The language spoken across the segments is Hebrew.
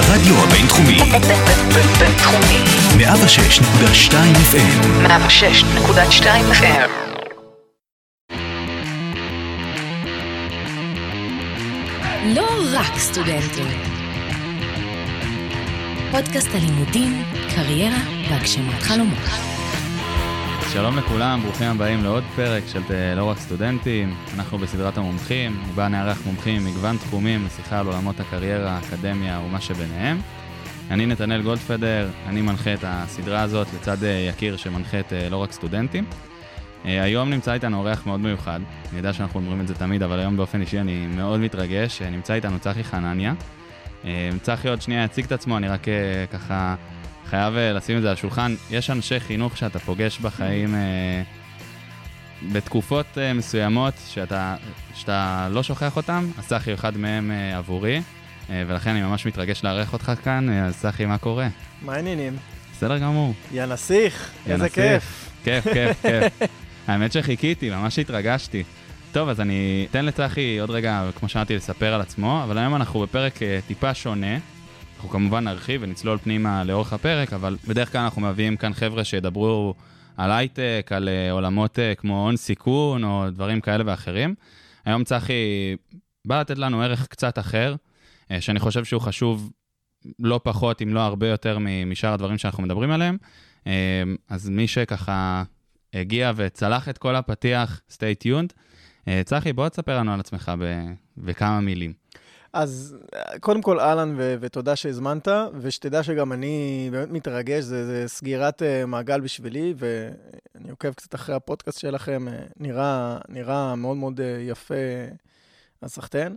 הרדיו הבינתחומי. בינתחומי. 106.2 FM. 106.2 FM. לא רק סטודנטים. פודקאסט הלימודים, קריירה והגשמת חלומות. שלום לכולם, ברוכים הבאים לעוד פרק של לא רק סטודנטים. אנחנו בסדרת המומחים, ובה נערך מומחים מגוון תחומים לשיחה על עולמות הקריירה, האקדמיה ומה שביניהם. אני נתנאל גולדפדר, אני מנחה את הסדרה הזאת לצד יקיר שמנחה את לא רק סטודנטים. היום נמצא איתנו אורח מאוד מיוחד, אני יודע שאנחנו אומרים את זה תמיד, אבל היום באופן אישי אני מאוד מתרגש. נמצא איתנו צחי חנניה. צחי עוד שנייה יציג את עצמו, אני רק ככה חייב לשים את זה על השולחן. יש אנשי חינוך שאתה פוגש בחיים בתקופות מסוימות שאתה לא שוכח אותם, אז צחי אחד מהם עבורי, ולכן אני ממש מתרגש לארח אותך כאן. אז צחי, מה קורה? מה העניינים? בסדר גמור. יא נסיך, איזה כיף. כיף. האמת שחיכיתי, ממש התרגשתי. טוב, אז אני אתן לצחי עוד רגע, כמו שאמרתי, לספר על עצמו, אבל היום אנחנו בפרק טיפה שונה. אנחנו כמובן נרחיב ונצלול פנימה לאורך הפרק, אבל בדרך כלל אנחנו מביאים כאן חבר'ה שידברו על הייטק, על עולמות כמו הון סיכון או דברים כאלה ואחרים. היום צחי בא לתת לנו ערך קצת אחר, שאני חושב שהוא חשוב לא פחות, אם לא הרבה יותר משאר הדברים שאנחנו מדברים עליהם. אז מי שככה הגיע וצלח את כל הפתיח, stay tuned. צחי, בוא תספר לנו על עצמך בכמה מילים. אז קודם כל אהלן ותודה שהזמנת, ושתדע שגם אני באמת מתרגש, זה סגירת מעגל בשבילי, ואני עוקב קצת אחרי הפודקאסט שלכם, נראה מאוד מאוד יפה, הסחטן.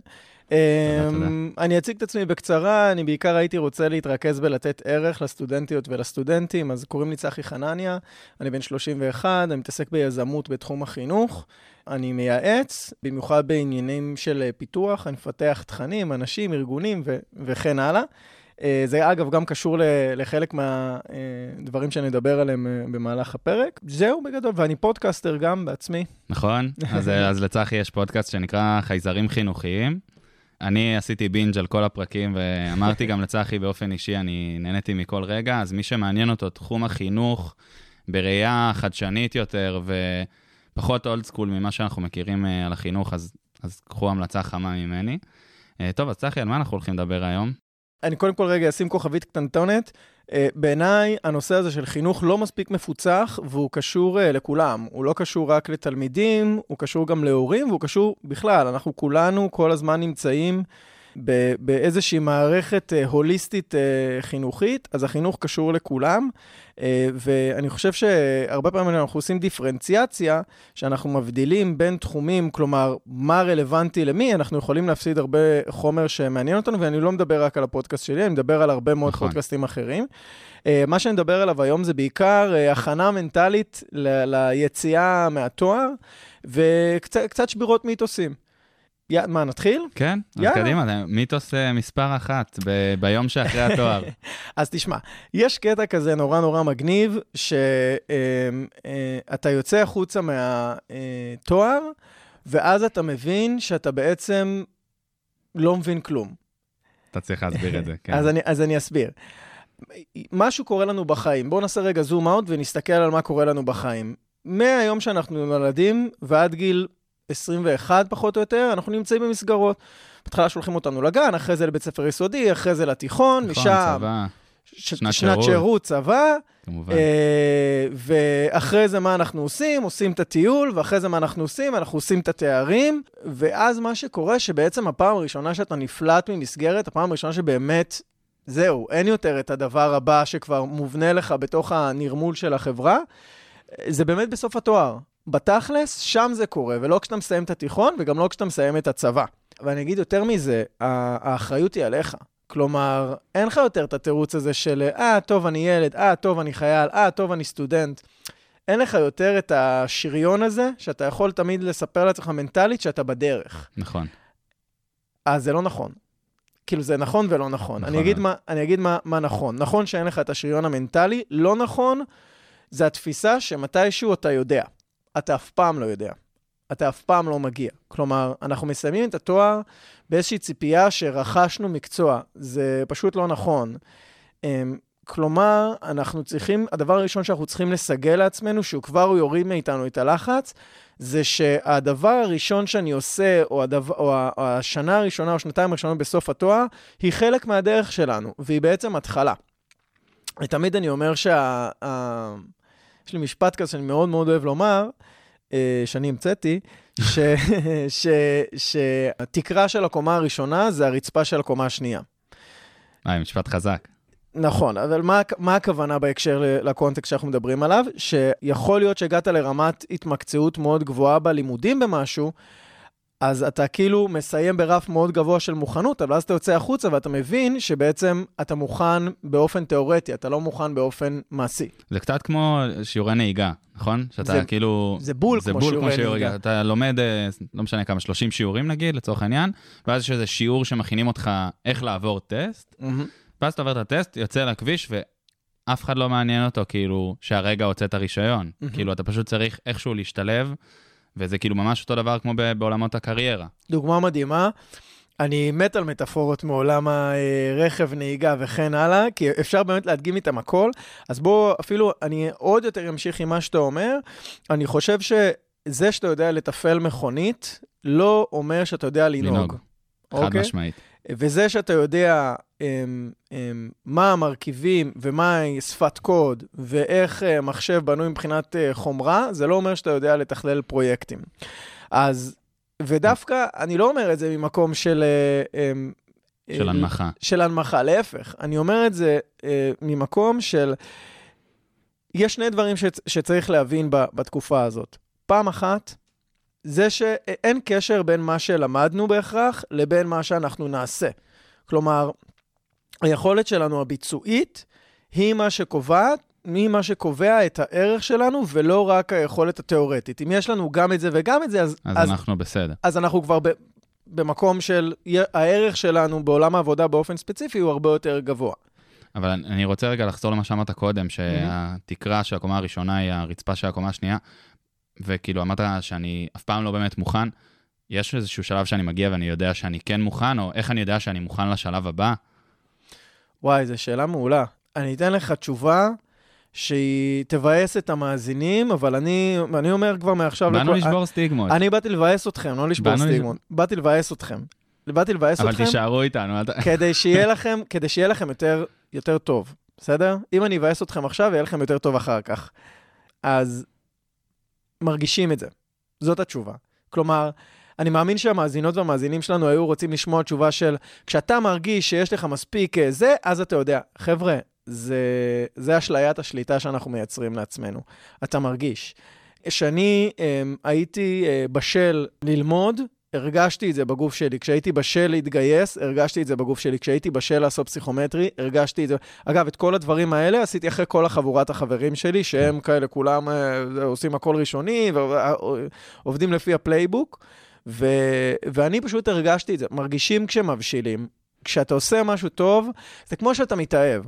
אני אציג את עצמי בקצרה, אני בעיקר הייתי רוצה להתרכז בלתת ערך לסטודנטיות ולסטודנטים, אז קוראים לי צחי חנניה, אני בן 31, אני מתעסק ביזמות בתחום החינוך, אני מייעץ, במיוחד בעניינים של פיתוח, אני מפתח תכנים, אנשים, ארגונים וכן הלאה. זה אגב גם קשור לחלק מהדברים שנדבר עליהם במהלך הפרק. זהו בגדול, ואני פודקאסטר גם בעצמי. נכון, אז לצחי יש פודקאסט שנקרא חייזרים חינוכיים. אני עשיתי בינג' על כל הפרקים, ואמרתי גם לצחי באופן אישי, אני נהניתי מכל רגע, אז מי שמעניין אותו תחום החינוך בראייה חדשנית יותר, ופחות אולד סקול ממה שאנחנו מכירים על החינוך, אז קחו המלצה חמה ממני. טוב, אז צחי, על מה אנחנו הולכים לדבר היום? אני קודם כל רגע אשים כוכבית קטנטונת. בעיניי הנושא הזה של חינוך לא מספיק מפוצח, והוא קשור לכולם. הוא לא קשור רק לתלמידים, הוא קשור גם להורים, והוא קשור בכלל. אנחנו כולנו כל הזמן נמצאים באיזושהי מערכת הוליסטית חינוכית, אז החינוך קשור לכולם, ואני חושב שהרבה פעמים אנחנו עושים דיפרנציאציה, שאנחנו מבדילים בין תחומים, כלומר, מה רלוונטי למי, אנחנו יכולים להפסיד הרבה חומר שמעניין אותנו, ואני לא מדבר רק על הפודקאסט שלי, אני מדבר על הרבה מאוד פודקאסטים אחרים. מה שאני מדבר עליו היום זה בעיקר הכנה מנטלית ליציאה מהתואר, וקצת שבירות מיתוסים. מה, נתחיל? כן, אז קדימה, מיתוס מספר 1 ביום שאחרי התואר. אז תשמע, יש קטע כזה נורא מגניב, שאתה יוצא החוצה מהתואר, ואז אתה מבין שאתה בעצם לא מבין כלום. אתה צריך להסביר את זה, כן. אז אני אסביר. משהו קורה לנו בחיים, בואו נעשה רגע זום אאוט ונסתכל על מה קורה לנו בחיים. מהיום שאנחנו נולדים ועד גיל 21 פחות או יותר, אנחנו נמצאים במסגרות. בתחילה שולחים אותנו לגן, אחרי זה לבית ספר יסודי, אחרי זה לתיכון, משם שנת שירות, צבא, ואחרי זה מה אנחנו עושים? עושים את הטיול, ואחרי זה מה אנחנו עושים? אנחנו עושים את התארים, ואז מה שקורה שבעצם הפעם הראשונה שאתה נפלט ממסגרת, הפעם הראשונה שבאמת זהו, אין יותר את הדבר הבא שכבר מובנה לך בתוך הנרמול של החברה, זה באמת בסוף התואר. בתכלס, שם זה קורה, ולא כשאתה מסיים את התיכון, וגם לא כשאתה מסיים את הצבא. ואני אגיד יותר מזה, האחריות היא עליך. כלומר, אין לך יותר את התירוץ הזה של, טוב, אני ילד, טוב, אני חייל, טוב, אני סטודנט. אין לך יותר את השריון הזה, שאתה יכול תמיד לספר לעצמך מנטלית שאתה בדרך. נכון. אז זה לא נכון. כאילו, זה נכון ולא נכון. אני אגיד מה נכון. נכון שאין לך את השריון המנטלי, לא נכון, זה התפיסה שמתישהו אתה יודע. אתה אף פעם לא יודע. אתה אף פעם לא מגיע. כלומר, אנחנו מסיימים את התואר באיזושהי ציפייה שרכשנו מקצוע. זה פשוט לא נכון. כלומר, הדבר הראשון שאנחנו צריכים לסגל לעצמנו, שהוא כבר יוריד מאיתנו את הלחץ, זה שהדבר הראשון שאני עושה, או השנה הראשונה או שנתיים הראשונות בסוף התואר, היא חלק מהדרך שלנו, והיא בעצם התחלה. תמיד אני אומר יש לי משפט כזה שאני מאוד מאוד אוהב לומר, שאני המצאתי, שהתקרה של הקומה הראשונה זה הרצפה של הקומה השנייה. משפט חזק. נכון, אבל מה הכוונה בהקשר לקונטקסט שאנחנו מדברים עליו? שיכול להיות שהגעת לרמת התמקצעות מאוד גבוהה בלימודים במשהו, אז אתה כאילו מסיים ברף מאוד גבוה של מוכנות, אבל אז אתה יוצא החוצה ואתה מבין שבעצם אתה מוכן באופן תיאורטי, אתה לא מוכן באופן מעשי. זה קצת כמו שיעורי נהיגה, נכון? שאתה כאילו... זה בול כמו שיעורי נהיגה. אתה לומד, לא משנה כמה, 30 שיעורים נגיד, לצורך העניין, ואז יש איזה שיעור שמכינים אותך איך לעבור טסט, ואז אתה עובר את הטסט, יוצא לכביש, ואף אחד לא מעניין אותו כאילו שהרגע הוצא את הרישיון. כאילו אתה פשוט צריך איכשהו להשתלב, וזה כאילו ממש אותו דבר כמו בעולמות הקריירה. דוגמה מדהימה, אני מת על מטאפורות מעולם הרכב, נהיגה וכן הלאה, כי אפשר באמת להדגים איתם הכל, אז בוא, אפילו אני עוד יותר אמשיך עם מה שאתה אומר, אני חושב שזה שאתה יודע לתפעל מכונית, לא אומר שאתה יודע לנהוג. חד משמעית. וזה שאתה יודע מה המרכיבים ומה שפת קוד ואיך מחשב בנוי מבחינת חומרה, זה לא אומר שאתה יודע לתכלל פרויקטים. אז, ודווקא, אני לא אומר את זה ממקום של הנמכה. של הנמכה, להפך. אני אומר את זה ממקום של, יש שני דברים שצריך להבין בתקופה הזאת. פעם אחת, זה שאין קשר בין מה שלמדנו בהכרח לבין מה שאנחנו נעשה. כלומר, היכולת שלנו הביצועית היא מה שקובע את הערך שלנו, ולא רק היכולת התיאורטית. אם יש לנו גם את זה וגם את זה, אז אנחנו בסדר. אז אנחנו כבר במקום של הערך שלנו בעולם העבודה באופן ספציפי הוא הרבה יותר גבוה. אבל אני רוצה רגע לחזור למה שאמרת קודם, שהתקרה של הקומה הראשונה היא הרצפה של הקומה השנייה, וכאילו אמרת שאני אף פעם לא באמת מוכן, יש איזשהו שלב שאני מגיע ואני יודע שאני כן מוכן, או איך אני יודע שאני מוכן לשלב הבא? וואי, זו שאלה מעולה. אני אתן לך תשובה שהיא תבאס את המאזינים, אבל אני אומר כבר מעכשיו... באנו לשבור סטיגמות. אני באתי לבאס אתכם, לא לשבור סטיגמות. באתי לבאס אתכם. אבל תישארו איתנו. כדי שיהיה לכם יותר טוב, בסדר? אם אני אבאס אתכם עכשיו, יהיה לכם יותר טוב אחר כך. אז מרגישים את זה. זאת התשובה. כלומר, אני מאמין שהמאזינות והמאזינים שלנו היו רוצים לשמוע תשובה של, כשאתה מרגיש שיש לך מספיק זה, אז אתה יודע, חבר'ה, זה אשליית השליטה שאנחנו מייצרים לעצמנו. אתה מרגיש. כשאני הייתי בשל ללמוד, הרגשתי את זה בגוף שלי. כשהייתי בשל להתגייס, הרגשתי את זה בגוף שלי. כשהייתי בשל לעשות פסיכומטרי, הרגשתי את זה. אגב, את כל הדברים האלה עשיתי אחרי כל החבורת החברים שלי, שהם כאלה כולם עושים הכל ראשוני, ועובדים לפי הפלייבוק, ואני פשוט הרגשתי את זה. מרגישים כשמבשילים. כשאתה עושה משהו טוב, זה כמו שאתה מתאהב.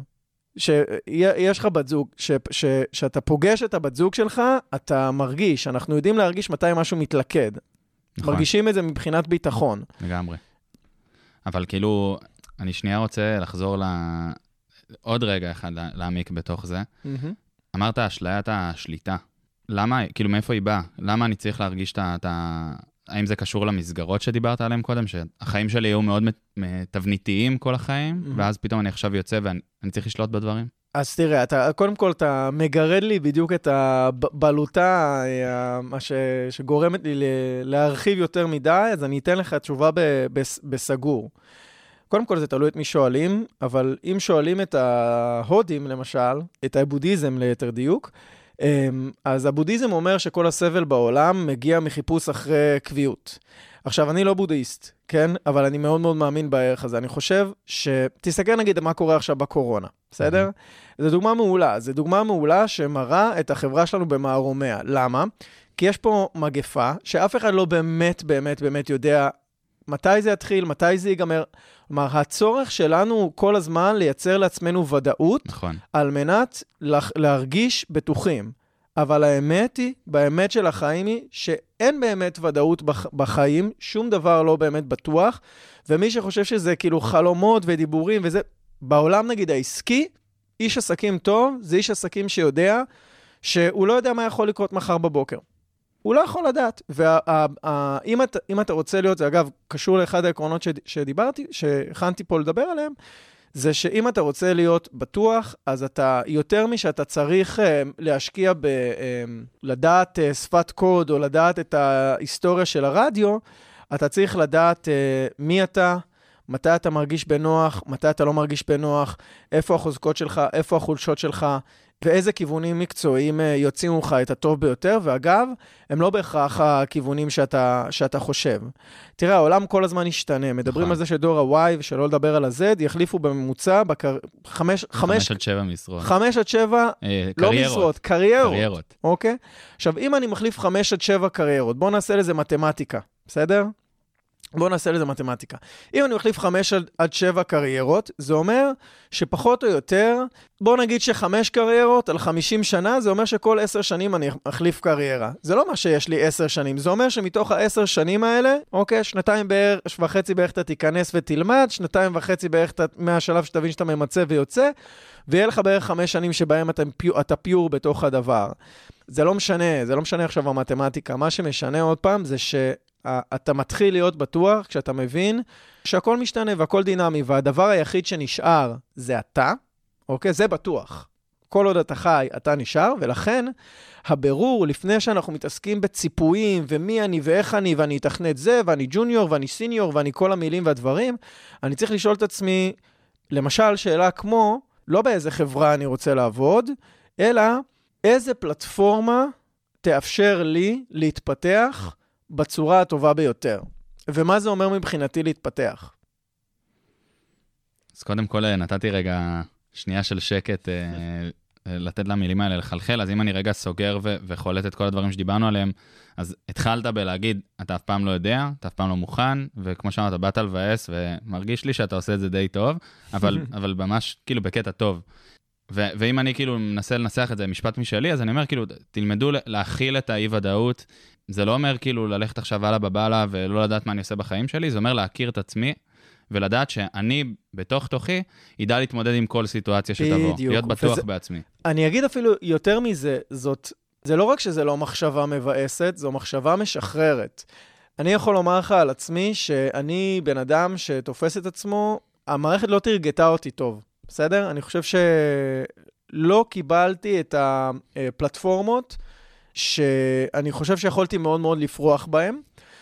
שיש לך בת זוג, שאתה פוגש את הבת זוג שלך, אתה מרגיש. אנחנו יודעים להרגיש מתי משהו מתלכד. נכון. מרגישים את זה מבחינת ביטחון. לגמרי. אבל כאילו, אני שנייה רוצה לחזור עוד רגע אחד להעמיק בתוך זה. אמרת, אשליית השליטה. למה, כאילו, מאיפה היא באה? למה אני צריך להרגיש האם זה קשור למסגרות שדיברת עליהן קודם, שהחיים שלי היו מאוד תבניתיים כל החיים, ואז פתאום אני עכשיו יוצא ואני צריך לשלוט בדברים? אז תראה, קודם כל אתה מגרד לי בדיוק את הבלוטה, מה שגורמת לי להרחיב יותר מדי, אז אני אתן לך תשובה בסגור. קודם כל זה תלוי את מי שואלים, אבל אם שואלים את ההודים למשל, את הבודהיזם ליתר דיוק, אז הבודהיזם אומר שכל הסבל בעולם מגיע מחיפוש אחרי קביעות. עכשיו, אני לא בודהיסט, כן? אבל אני מאוד מאוד מאמין בערך הזה. אני חושב תסתכל נגיד מה קורה עכשיו בקורונה, בסדר? זו דוגמה מעולה. זו דוגמה מעולה שמראה את החברה שלנו במערומיה. למה? כי יש פה מגפה שאף אחד לא באמת יודע מתי זה יתחיל, מתי זה ייגמר. כלומר, הצורך שלנו הוא כל הזמן לייצר לעצמנו ודאות, נכון. על מנת להרגיש בטוחים. אבל האמת היא, באמת של החיים היא, שאין באמת ודאות בחיים, שום דבר לא באמת בטוח, ומי שחושב שזה כאילו חלומות ודיבורים וזה, בעולם נגיד העסקי, איש עסקים טוב, זה איש עסקים שיודע, שהוא לא יודע מה יכול לקרות מחר בבוקר. הוא לא יכול לדעת. ואם אתה רוצה להיות, זה אגב, קשור לאחד העקרונות שדיברתי, שהכנתי פה לדבר עליהם, זה שאם אתה רוצה להיות בטוח, אז אתה, יותר משאתה צריך להשקיע לדעת שפת קוד, או לדעת את ההיסטוריה של הרדיו, אתה צריך לדעת מי אתה, מתי אתה מרגיש בנוח, מתי אתה לא מרגיש בנוח, איפה החוזקות שלך, איפה החולשות שלך, ואיזה כיוונים מקצועיים יוציאו לך את הטוב ביותר, ואגב, הם לא בהכרח הכיוונים שאתה חושב. תראה, העולם כל הזמן ישתנה, מדברים על זה שדור ה-Y, ושלא לדבר על ה-Z, יחליפו בממוצע 5 עד 7 משרות. 5 עד 7, לא משרות, קריירות. אוקיי? עכשיו, אם אני מחליף 5 עד 7 קריירות, בואו נעשה לזה מתמטיקה, בסדר? בואו נעשה לזה מתמטיקה. אם אני מחליף 5 עד 7 קריירות, זה אומר שפחות או יותר, בואו נגיד ש5 קריירות על 50 שנה, זה אומר שכל 10 שנים אני אחליף קריירה. זה לא מה שיש לי 10 שנים, זה אומר שמתוך ה10 שנים האלה, אוקיי, 2.5 בערך אתה תיכנס ותלמד, 2.5 בערך מהשלב שתבין שאתה ממצא ויוצא, ויהיה לך בערך 5 שנים שבהם אתה פיור בתוך הדבר. זה לא משנה עכשיו המתמטיקה. מה שמשנה עוד פעם זה אתה מתחיל להיות בטוח כשאתה מבין שהכל משתנה והכל דינמי, והדבר היחיד שנשאר זה אתה, אוקיי? זה בטוח. כל עוד אתה חי, אתה נשאר, ולכן הבירור, לפני שאנחנו מתעסקים בציפויים, ומי אני ואיך אני, ואני אתכנת זה, ואני ג'וניור, ואני סיניור, ואני כל המילים והדברים, אני צריך לשאול את עצמי, למשל, שאלה כמו, לא באיזה חברה אני רוצה לעבוד, אלא איזה פלטפורמה תאפשר לי להתפתח בצורה הטובה ביותר. ומה זה אומר מבחינתי להתפתח? אז קודם כל נתתי רגע שנייה של שקט לתת למילים האלה לחלחל, אז אם אני רגע סוגר וחולט את כל הדברים שדיברנו עליהם, אז התחלת בלהגיד, אתה אף פעם לא יודע, אתה אף פעם לא מוכן, וכמו שאמרת, באת לבאס, ומרגיש לי שאתה עושה את זה די טוב, אבל ממש כאילו בקטע טוב. ואם אני כאילו מנסה לנסח את זה משפט משלי, אז אני אומר כאילו, תלמדו להכיל את האי-ודאות. זה לא אומר כאילו ללכת עכשיו הלאה בבעלה ולא לדעת מה אני עושה בחיים שלי, זה אומר להכיר את עצמי ולדעת שאני בתוך תוכי ידע להתמודד עם כל סיטואציה שתבוא. בדיוק. להיות בטוח בעצמי. אני אגיד אפילו יותר מזה, זה לא רק שזה לא מחשבה מבאסת, זו מחשבה משחררת. אני יכול לומר לך על עצמי שאני בן אדם שתופס את עצמו, המערכת לא תרגתה אותי טוב. בסדר? אני חושב שלא קיבלתי את הפלטפורמות שאני חושב שיכולתי מאוד מאוד לפרוח בהם,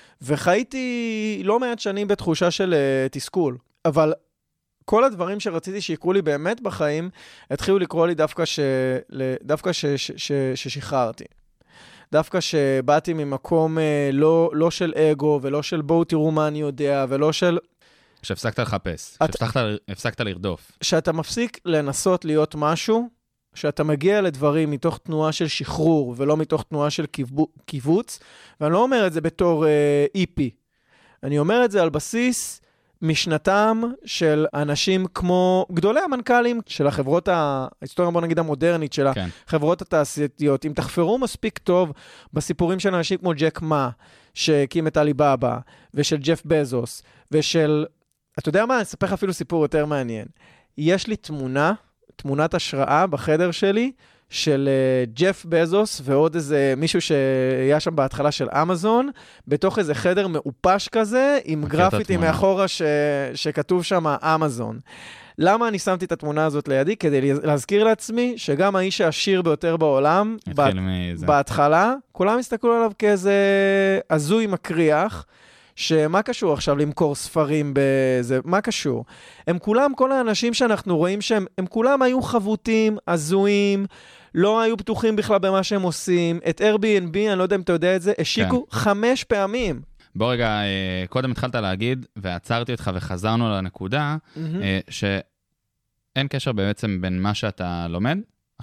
וחייתי לא מעט שנים בתחושה של תסכול. אבל כל הדברים שרציתי שיקרו לי באמת בחיים, התחילו לקרוא לי דווקא ששחררתי. דווקא שבאתי ממקום לא של אגו, ולא של בואו תראו מה אני יודע, ולא של שהפסקת לחפש, שהפסקת לרדוף. שאתה מפסיק לנסות להיות משהו, שאתה מגיע לדברים מתוך תנועה של שחרור, ולא מתוך תנועה של קיבוץ, ואני לא אומר את זה בתור איפי. אני אומר את זה על בסיס משנתם של אנשים כמו גדולי המנכ"לים של החברות, ההיסטוריה בוא נגיד המודרנית של החברות התעשייתיות. אם תחפרו מספיק טוב בסיפורים של אנשים כמו ג'ק מה, שהקים את אליבאבא, ושל ג'ף בזוס, ושל אתה יודע מה? אני אספר לך אפילו סיפור יותר מעניין. יש לי תמונת השראה בחדר שלי, של ג'ף בזוס, ועוד איזה מישהו שהיה שם בהתחלה של אמזון, בתוך איזה חדר מאופש כזה, עם גרפיטי מאחורה שכתוב שם אמזון. למה אני שמתי את התמונה הזאת לידי? כדי להזכיר לעצמי, שגם האיש העשיר ביותר בעולם, בהתחלה, כולם הסתכלו עליו כאיזה הזוי מקריח, שמה קשור עכשיו למכור ספרים בזה? מה קשור? הם כולם, כל האנשים שאנחנו רואים שהם, הם כולם היו חבוטים, הזויים, לא היו פתוחים בכלל במה שהם עושים. את Airbnb, אני לא יודע אם אתה יודע את זה, השיקו 5 פעמים. בוא רגע, קודם התחלת להגיד, ועצרתי אותך וחזרנו לנקודה, שאין קשר בעצם בין מה שאתה לומד עכשיו,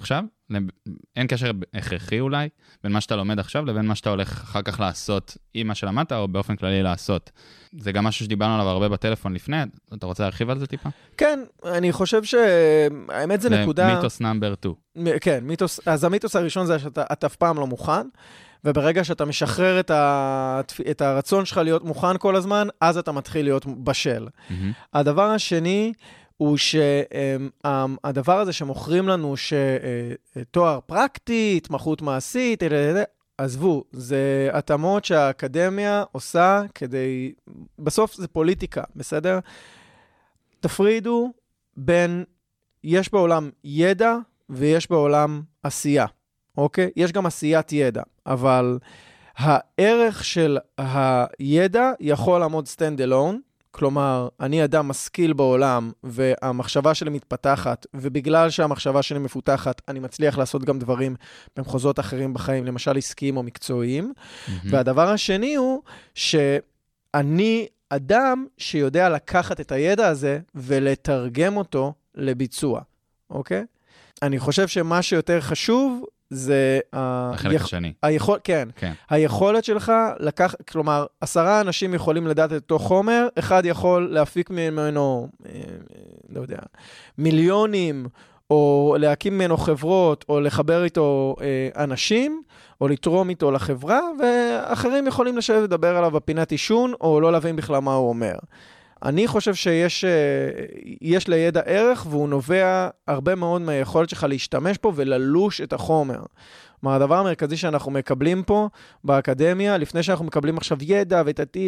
אין קשר הכרחי אולי, בין מה שאתה לומד עכשיו לבין מה שאתה הולך אחר כך לעשות עם מה שלמדת, או באופן כללי לעשות. זה גם משהו שדיברנו עליו הרבה בטלפון לפני, אתה רוצה להרחיב על זה טיפה? כן, אני חושב שהאמת זה נקודה... מיתוס נאמבר 2. כן, אז המיתוס הראשון זה שאתה אף פעם לא מוכן, וברגע שאתה משחרר את הרצון שלך להיות מוכן כל הזמן, אז אתה מתחיל להיות בשל. הדבר השני הוא שהדבר הזה שמוכרים לנו שתואר פרקטי, התמחות מעשית, עזבו, זה התאמות שהאקדמיה עושה כדי, בסוף זה פוליטיקה, בסדר? תפרידו בין, יש בעולם ידע ויש בעולם עשייה, אוקיי? יש גם עשיית ידע, אבל הערך של הידע יכול לעמוד stand alone, כלומר, אני אדם משכיל בעולם, והמחשבה שלי מתפתחת, ובגלל שהמחשבה שלי מפותחת, אני מצליח לעשות גם דברים במחוזות אחרים בחיים, למשל עסקיים או מקצועיים. והדבר השני הוא שאני אדם שיודע לקחת את הידע הזה, ולתרגם אותו לביצוע, אוקיי? אני חושב שמה שיותר חשוב, זה... החלק השני. כן. היכולת שלך כלומר, 10 אנשים יכולים לדעת את אותו חומר, אחד יכול להפיק ממנו, לא יודע, מיליונים, או להקים ממנו חברות, או לחבר איתו אנשים, או לתרום איתו לחברה, ואחרים יכולים לשבת לדבר עליו בפינת עישון, או לא להבין בכלל מה הוא אומר. אני חושב שיש לידע ערך, והוא נובע הרבה מאוד מהיכולת שלך להשתמש פה וללוש את החומר. כלומר, הדבר המרכזי שאנחנו מקבלים פה באקדמיה, לפני שאנחנו מקבלים עכשיו ידע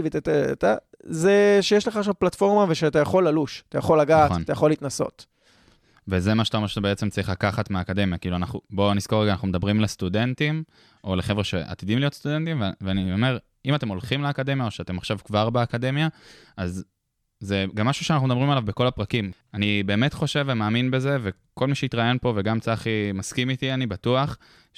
זה שיש לך עכשיו פלטפורמה ושאתה יכול ללוש, אתה יכול לגעת, אתה יכול להתנסות. וזה מה שאתה אומר שאתה בעצם צריך לקחת מהאקדמיה. כאילו, בואו נזכור רגע, אנחנו מדברים לסטודנטים, או לחבר'ה שעתידים להיות סטודנטים, ואני אומר, אם אתם הולכים לאקדמיה, או שאתם עכשיו כבר באקדמיה, אז זה גם משהו שאנחנו מדברים עליו בכל הפרקים. אני באמת חושב ומאמין בזה, וכל מי שהתראיין פה, וגם צחי מסכים איתי, אני בטוח,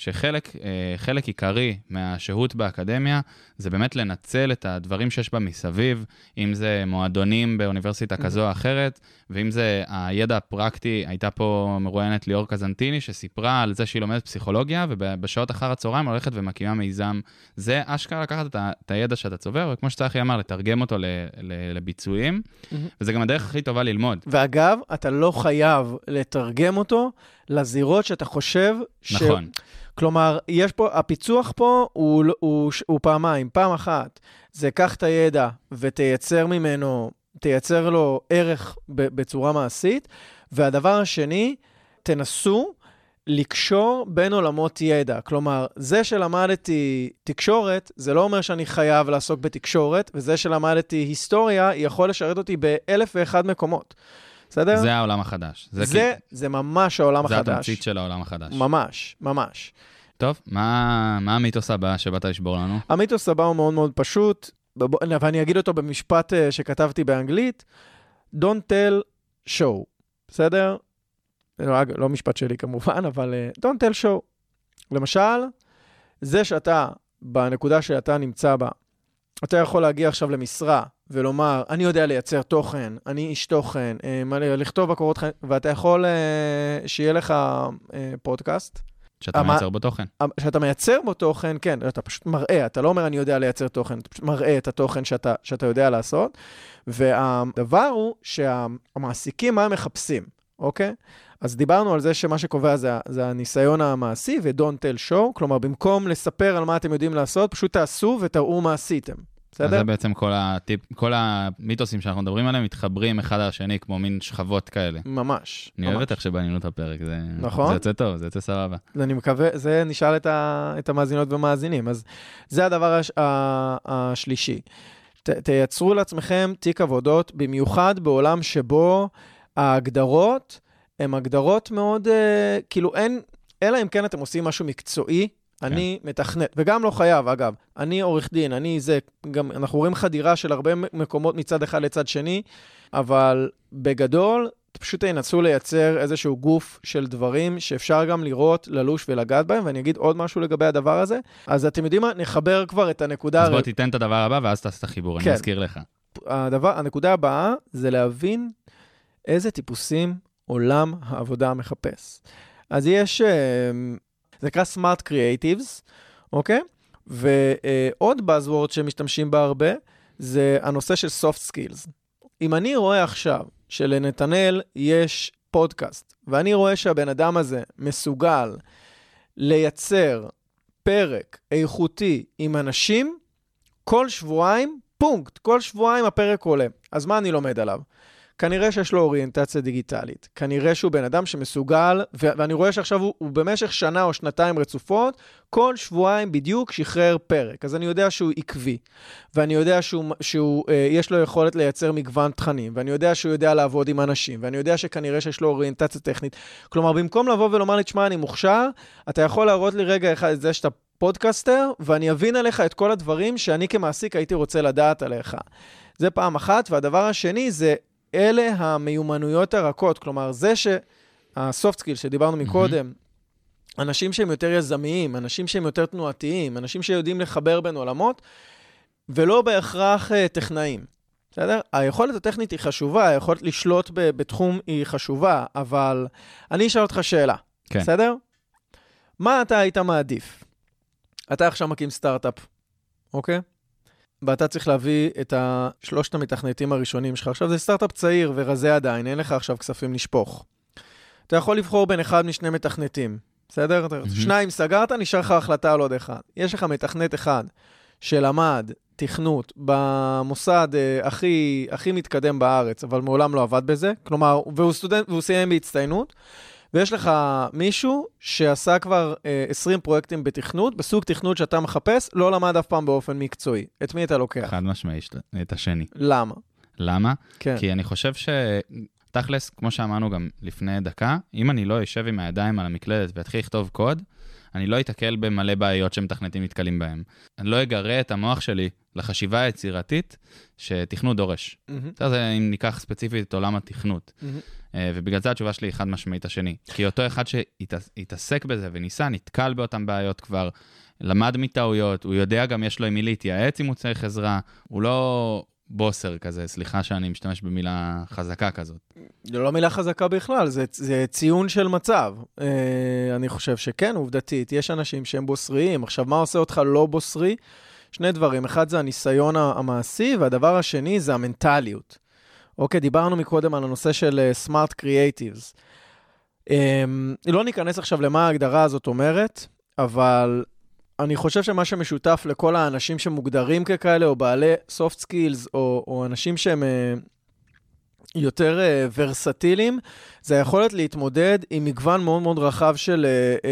שחלק עיקרי מהשהות באקדמיה, זה באמת לנצל את הדברים שיש בה מסביב, אם זה מועדונים באוניברסיטה כזו או אחרת, ואם זה הידע הפרקטי, הייתה פה מרואיינת ליאור קזנטיני, שסיפרה על זה שהיא לומדת פסיכולוגיה, ובשעות אחר הצהריים הולכת ומקימה מיזם. זה אשכרה לקחת את הידע שאתה צובר, וכמו שצחי אמר, לתרגם אותו לביצועים, וזה גם הדרך הכי טובה ללמוד. ואגב, אתה לא חייב לתרגם אותו לזירות שאתה חושב נכון. כלומר, יש פה, הפיצוח פה הוא פעמיים. פעם אחת, זה קח את הידע ותייצר ממנו, תייצר לו ערך בצורה מעשית, והדבר השני, תנסו לקשור בין עולמות ידע. כלומר, זה שלמדתי תקשורת, זה לא אומר שאני חייב לעסוק בתקשורת, וזה שלמדתי היסטוריה, יכול לשרת אותי ב1,001 מקומות. בסדר? זה העולם החדש. זה ממש העולם החדש. זה התמצית של העולם החדש. ממש, ממש. טוב, מה המיתוס הבא שבאת לשבור לנו? המיתוס הבא הוא מאוד מאוד פשוט, ואני אגיד אותו במשפט שכתבתי באנגלית, Don't tell show. בסדר? לא משפט שלי כמובן, אבל Don't tell show. למשל, זה שאתה, בנקודה שאתה נמצא בה, אתה יכול להגיע עכשיו למשרה ולומר, אני יודע לייצר תוכן, אני איש תוכן, לכתוב בקורות חיים, ואתה יכול שיהיה לך פודקאסט. שאתה מייצר בו תוכן. שאתה מייצר בו תוכן, כן, אתה פשוט מראה, אתה לא אומר אני יודע לייצר תוכן, אתה פשוט מראה את התוכן שאתה יודע לעשות, והדבר הוא שהמעסיקים מה הם מחפשים, אוקיי? אז דיברנו על זה שמה שקובע זה הניסיון המעשי ו-don't tell show, כלומר במקום לספר על מה אתם יודעים לעשות, פשוט תעשו ותראו מה עשיתם. אז זה בעצם כל המיתוסים שאנחנו מדברים עליהם, מתחברים אחד על השני, כמו מין שכבות כאלה. ממש. אני אוהבת איך שבנינו את הפרק, נכון? זה יוצא טוב, זה יוצא סבבה. אני מקווה, זה נשאל את המאזינות ומאזינים, אז זה הדבר השלישי. תייצרו לעצמכם תיק עבודות, במיוחד בעולם שבו ההגדרות הן הגדרות מאוד, כאילו אין, אלא אם כן אתם עושים משהו מקצועי, אני מתכנת, וגם לא חייב, אגב, אני עורך דין, גם אנחנו רואים חדירה של הרבה מקומות מצד אחד לצד שני, אבל בגדול, פשוט תנסו לייצר איזשהו גוף של דברים שאפשר גם לראות, ללוש ולגעת בהם, ואני אגיד עוד משהו לגבי הדבר הזה. אז אתם יודעים מה? נחבר כבר את הנקודה... אז בוא תיתן את הדבר הבא, ואז תעשה את החיבור, אני אזכיר לך. הנקודה הבאה זה להבין איזה טיפוסים עולם העבודה מחפש. אז יש, זה נקרא Smart Creatives, אוקיי? ועוד buzzword שמשתמשים בה הרבה, זה הנושא של soft skills. אם אני רואה עכשיו שלנתנאל יש פודקאסט, ואני רואה שהבן אדם הזה מסוגל לייצר פרק איכותי עם אנשים, כל שבועיים, פונקט, כל שבועיים הפרק עולה. אז מה אני לומד עליו? כנראה שיש לו אוריינטציה דיגיטלית. כנראה שהוא בן אדם שמסוגל, ואני רואה שעכשיו הוא במשך שנה או שנתיים רצופות, כל שבועיים בדיוק שחרר פרק. אז אני יודע שהוא עקבי, ואני יודע שיש לו יכולת לייצר מגוון תכנים, ואני יודע שהוא יודע לעבוד עם אנשים, ואני יודע שכנראה שיש לו אוריינטציה טכנית. כלומר, במקום לבוא ולומר לי, תשמע, אני מוכשר, אתה יכול להראות לי רגע אחד את זה שאתה פודקאסטר, ואני אבין עליך את כל הדברים שאני כמעסיק הייתי רוצה לדעת עליך. זה פעם אחת, והדבר השני זה אלה המיומנויות הרכות, כלומר, זה שהסופט סקיל שדיברנו מקודם, אנשים שהם יותר יזמיים, אנשים שהם יותר תנועתיים, אנשים שיודעים לחבר בין עולמות, ולא בהכרח טכנאים. בסדר? היכולת הטכנית היא חשובה, היכולת לשלוט בתחום היא חשובה, אבל אני אשאל אותך שאלה, כן. בסדר? מה אתה היית מעדיף? אתה עכשיו מקים סטארט-אפ, אוקיי? ואתה צריך להביא את שלושת המתכנתים הראשונים שלך. עכשיו זה סטארט-אפ צעיר ורזה עדיין, אין לך עכשיו כספים לשפוך. אתה יכול לבחור בין אחד משני מתכנתים, בסדר? שניים סגרת, נשאר לך החלטה על עוד אחד. יש לך מתכנת אחד שלמד תכנות במוסד הכי מתקדם בארץ, אבל מעולם לא עבד בזה, כלומר, והוא סטודנט, והוא סיים בהצטיינות, ויש לך מישהו שעשה כבר 20 פרויקטים בתכנות, בסוג תכנות שאתה מחפש, לא למד אף פעם באופן מקצועי. את מי אתה לוקח? חד משמעי, את השני. למה? למה? כן. כי אני חושב תכלס, כמו שאמרנו גם לפני דקה, אם אני לא יושב עם הידיים על המקלדת ואתחיל לכתוב קוד, אני לא אתקל במלא בעיות שמתכנתים מתקלים בהם. אני לא אגרה את המוח שלי לחשיבה היצירתית שתכנות דורש. זה אם ניקח ספציפית את עולם התכנות. ובגלל זה התשובה שלי היא חד משמעית השני. כי אותו אחד שהתעסק בזה וניסה, נתקל באותם בעיות כבר, למד מטעויות, הוא יודע גם יש לו עם מי להתייעץ אם הוא צריך עזרה, הוא לא בוסר כזה, סליחה שאני משתמש במילה חזקה כזאת. זה לא מילה חזקה בכלל, זה ציון של מצב. אני חושב שכן, עובדתית, יש אנשים שהם בוסריים. עכשיו, מה עושה אותך לא בוסרי? שני דברים. אחד זה הניסיון המעשי, והדבר השני זה המנטליות. אוקיי, דיברנו מקודם על הנושא של Smart Creatives. לא ניכנס עכשיו למה ההגדרה הזאת אומרת, אבל אני חושב שמה שמשותף לכל האנשים שמוגדרים ככאלה, או בעלי soft skills, או אנשים שהם יותר ורסטיליים, זה היכולת להתמודד עם מגוון מאוד מאוד רחב של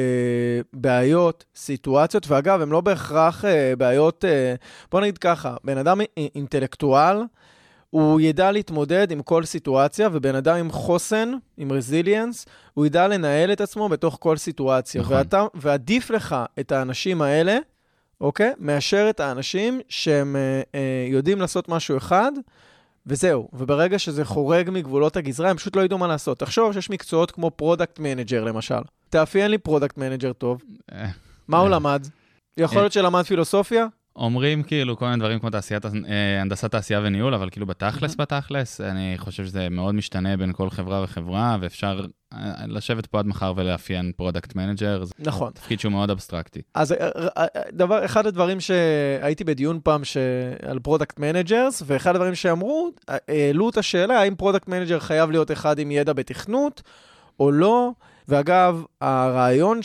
בעיות, סיטואציות, ואגב, הם לא בהכרח בעיות, בוא נגיד ככה, בן אדם אינטלקטואל, הוא ידע להתמודד עם כל סיטואציה, ובן אדם עם חוסן, עם רזיליאנס, הוא ידע לנהל את עצמו בתוך כל סיטואציה. נכון. ועדיף לך את האנשים האלה, אוקיי? מאשר את האנשים שהם יודעים לעשות משהו אחד, וזהו. וברגע שזה חורג מגבולות הגזרה, הם פשוט לא ידעו מה לעשות. תחשוב שיש מקצועות כמו פרודקט מנג'ר, למשל. תאפיין לי פרודקט מנג'ר טוב. מה הוא למד? יכול להיות שלמד פילוסופיה? אומרים כאילו כל מיני דברים כמו הנדסת תעשייה וניהול, אבל כאילו בתכלס, אני חושב שזה מאוד משתנה בין כל חברה וחברה, ואפשר לשבת פה עד מחר ולאפיין פרודקט מנג'ר. נכון. תפקיד שהוא מאוד אבסטרקטי. אז אחד הדברים שהייתי בדיון פעם על פרודקט מנג'רס, ואחד הדברים שאמרו, העלו את השאלה, האם פרודקט מנג'ר חייב להיות אחד עם ידע בתכנות, או לא. ואגב, הרעיון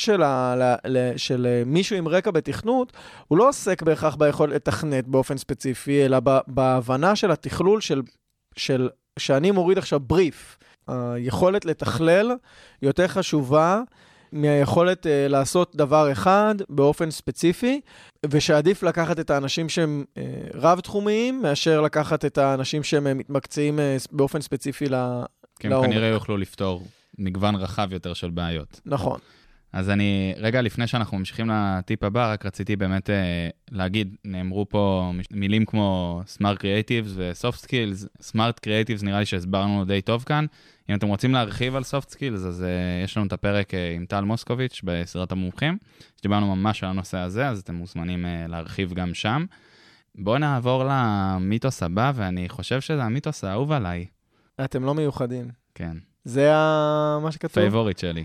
של מישהו עם רקע בתכנות, הוא לא עוסק בהכרח ביכולת לתכנת באופן ספציפי, אלא בהבנה של התכלול שאני מוריד עכשיו בריף. היכולת לתכלל יותר חשובה מהיכולת לעשות דבר אחד באופן ספציפי, ושעדיף לקחת את האנשים שהם רב-תחומיים, מאשר לקחת את האנשים שהם מתמקצעים באופן ספציפי לעומק. כי הם כנראה יוכלו לפתור מגוון רחב יותר של בעיות. נכון. אז רגע לפני שאנחנו ממשיכים לטיפ הבא, רק רציתי באמת להגיד, נאמרו פה מילים כמו Smart Creatives ו-Soft Skills. Smart Creatives נראה לי שהסברנו די טוב כאן. אם אתם רוצים להרחיב על Soft Skills, אז יש לנו את הפרק עם טל מוסקוביץ' בסדרת המומחים, שדיברנו ממש על הנושא הזה, אז אתם מוזמנים להרחיב גם שם. בואו נעבור למיתוס הבא, ואני חושב שזה המיתוס האהוב עליי. אתם לא מיוחדים. כן. זה מה שכתוב? פייבוריט שלי.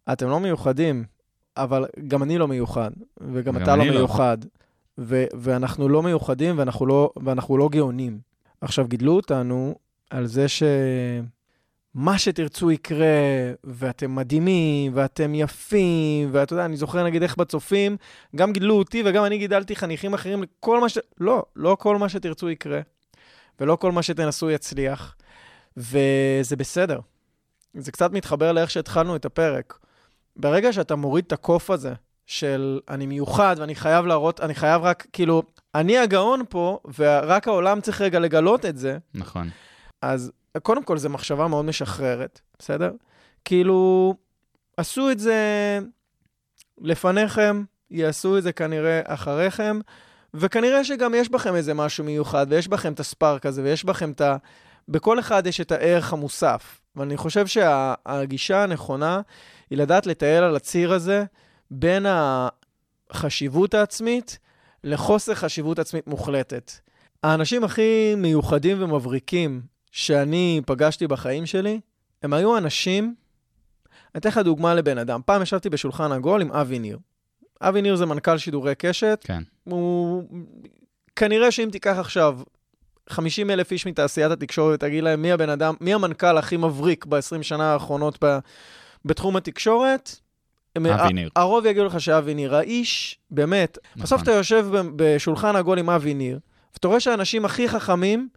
אתם לא מיוחדים, אבל גם אני לא מיוחד, וגם גם אתה לא אני לא. מיוחד. ואנחנו לא מיוחדים, ואנחנו לא גאונים. עכשיו, גידלו אותנו על זה שמה שתרצו יקרה, ואתם מדהימים, ואתם יפים, ואתה יודע, אני זוכר נגיד איך בצופים, גם גידלו אותי וגם אני גידלתי חניכים אחרים לכל מה לא כל מה שתרצו יקרה, ולא כל מה שתנסו יצליח, וזה בסדר. זה קצת מתחבר לאיך שהתחלנו את הפרק. ברגע שאתה מוריד את הקוף הזה, של אני מיוחד ואני חייב להראות, אני חייב רק, כאילו, אני הגאון פה, ורק העולם צריך רגע לגלות את זה. נכון. אז קודם כל, זו מחשבה מאוד משחררת, בסדר? כאילו, עשו את זה לפניכם, יעשו את זה כנראה אחריכם, וכנראה שגם יש בכם איזה משהו מיוחד, ויש בכם את הספארק הזה, ויש בכם את ה... בכל אחד יש את הערך המוסף. ואני חושב שהגישה הנכונה היא לדעת לטייל על הציר הזה, בין החשיבות העצמית לחוסר חשיבות עצמית מוחלטת. האנשים הכי מיוחדים ומבריקים שאני פגשתי בחיים שלי, הם היו אנשים, אני אתן לך דוגמה לבן אדם. פעם ישבתי בשולחן עגול עם אבי ניר. אבי ניר זה מנכ"ל שידורי קשת. כן. הוא... כנראה שאם תיקח עכשיו 50,000 איש מתעשיית התקשורת, תגיד להם מי הבן אדם, מי המנכ"ל הכי מבריק ב-20 שנה האחרונות בתחום התקשורת, אבי ניר. הרוב יגידו לך שאבי ניר, האיש, באמת, נכון. בסוף אתה יושב בשולחן עגול עם אבי ניר, ואתה רואה שהאנשים הכי חכמים,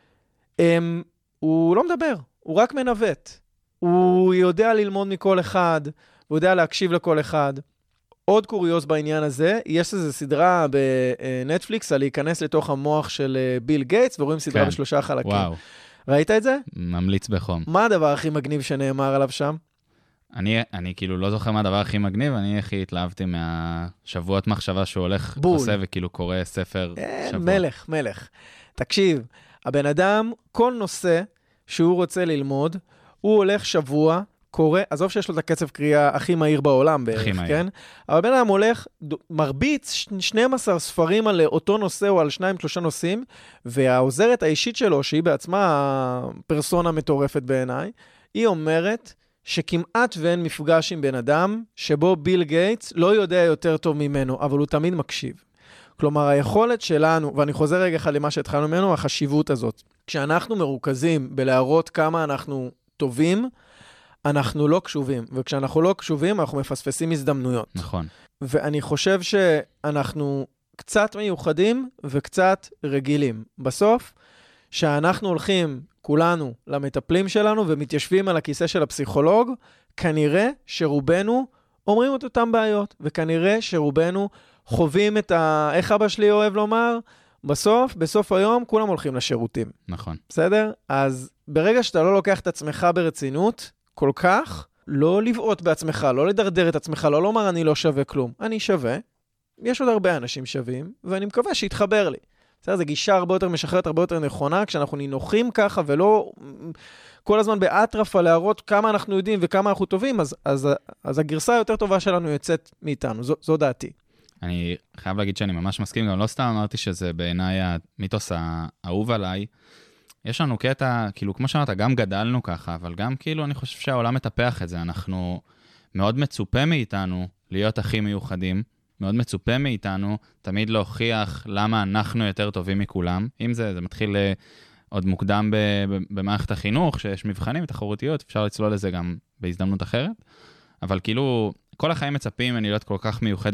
הוא לא מדבר, הוא רק מנווט. הוא יודע ללמוד מכל אחד, הוא יודע להקשיב לכל אחד. עוד קוריוז בעניין הזה, יש איזו סדרה בנטפליקס, על להיכנס לתוך המוח של ביל גייטס, ורואים סדרה כן. ב3 חלקים. וואו. ראית את זה? ממליץ בחום. מה הדבר הכי מגניב שנאמר עליו שם? אני כאילו לא זוכר מה הדבר הכי מגניב, אני הכי התלהבתי מהשבועות מחשבה שהוא הולך, בול. עושה וכאילו קורא ספר שבוע. מלך. תקשיב, הבן אדם, כל נושא שהוא רוצה ללמוד, הוא הולך שבוע, קורא, עזוב שיש לו את הקצב קריאה הכי מהיר בעולם בערך, הכי מהיר. כן? אבל בן אדם הולך, מרביץ 12 ספרים על אותו נושא או על 2-3 נושאים, והעוזרת האישית שלו, שהיא בעצמה פרסונה מטורפת בעיניי, היא אומרת שכמעט ואין מפגש עם בן אדם, שבו ביל גייטס לא יודע יותר טוב ממנו, אבל הוא תמיד מקשיב. כלומר, היכולת שלנו, ואני חוזר רגע אחד למה שהתחלנו ממנו, החשיבות הזאת. כשאנחנו מרוכזים בלהראות כמה אנחנו טובים, אנחנו לא קשובים, וכשאנחנו לא קשובים, אנחנו מפספסים הזדמנויות. נכון. ואני חושב שאנחנו קצת מיוחדים וקצת רגילים. בסוף, שאנחנו הולכים כולנו למטפלים שלנו ומתיישבים על הכיסא של הפסיכולוג, כנראה שרובנו אומרים את אותם בעיות, וכנראה שרובנו חווים את איך אבא שלי אוהב לומר, בסוף היום כולם הולכים לשירותים. נכון. בסדר? אז ברגע שאתה לא לוקח את עצמך ברצינות, כל כך, לא לבעוט בעצמך, לא לדרדר את עצמך, לא לומר אני לא שווה כלום. אני שווה, יש עוד הרבה אנשים שווים, ואני מקווה שיתחבר לי. בסדר? זו גישה הרבה יותר משחררת, הרבה יותר נכונה, כשאנחנו נינוחים ככה, ולא כל הזמן באטרפה להראות כמה אנחנו יודעים וכמה אנחנו טובים, אז הגרסה היותר טובה שלנו יוצאת מאיתנו. זו דעתי. אני חייב להגיד שאני ממש מסכים, גם לא סתם אמרתי שזה בעיניי המיתוס האהוב עליי. יש לנו קטע, כאילו כמו שאמרת, גם גדלנו ככה, אבל גם כאילו אני חושב שהעולם מטפח את זה. אנחנו מאוד מצופה מאיתנו להיות הכי מיוחדים, מאוד מצופה מאיתנו תמיד להוכיח למה אנחנו יותר טובים מכולם. אם זה מתחיל עוד מוקדם במערכת החינוך, שיש מבחנים ותחרותיות, אפשר לצלול לזה גם בהזדמנות אחרת. אבל כאילו, כל החיים מצפים ממני להיות כל כך מיוחד,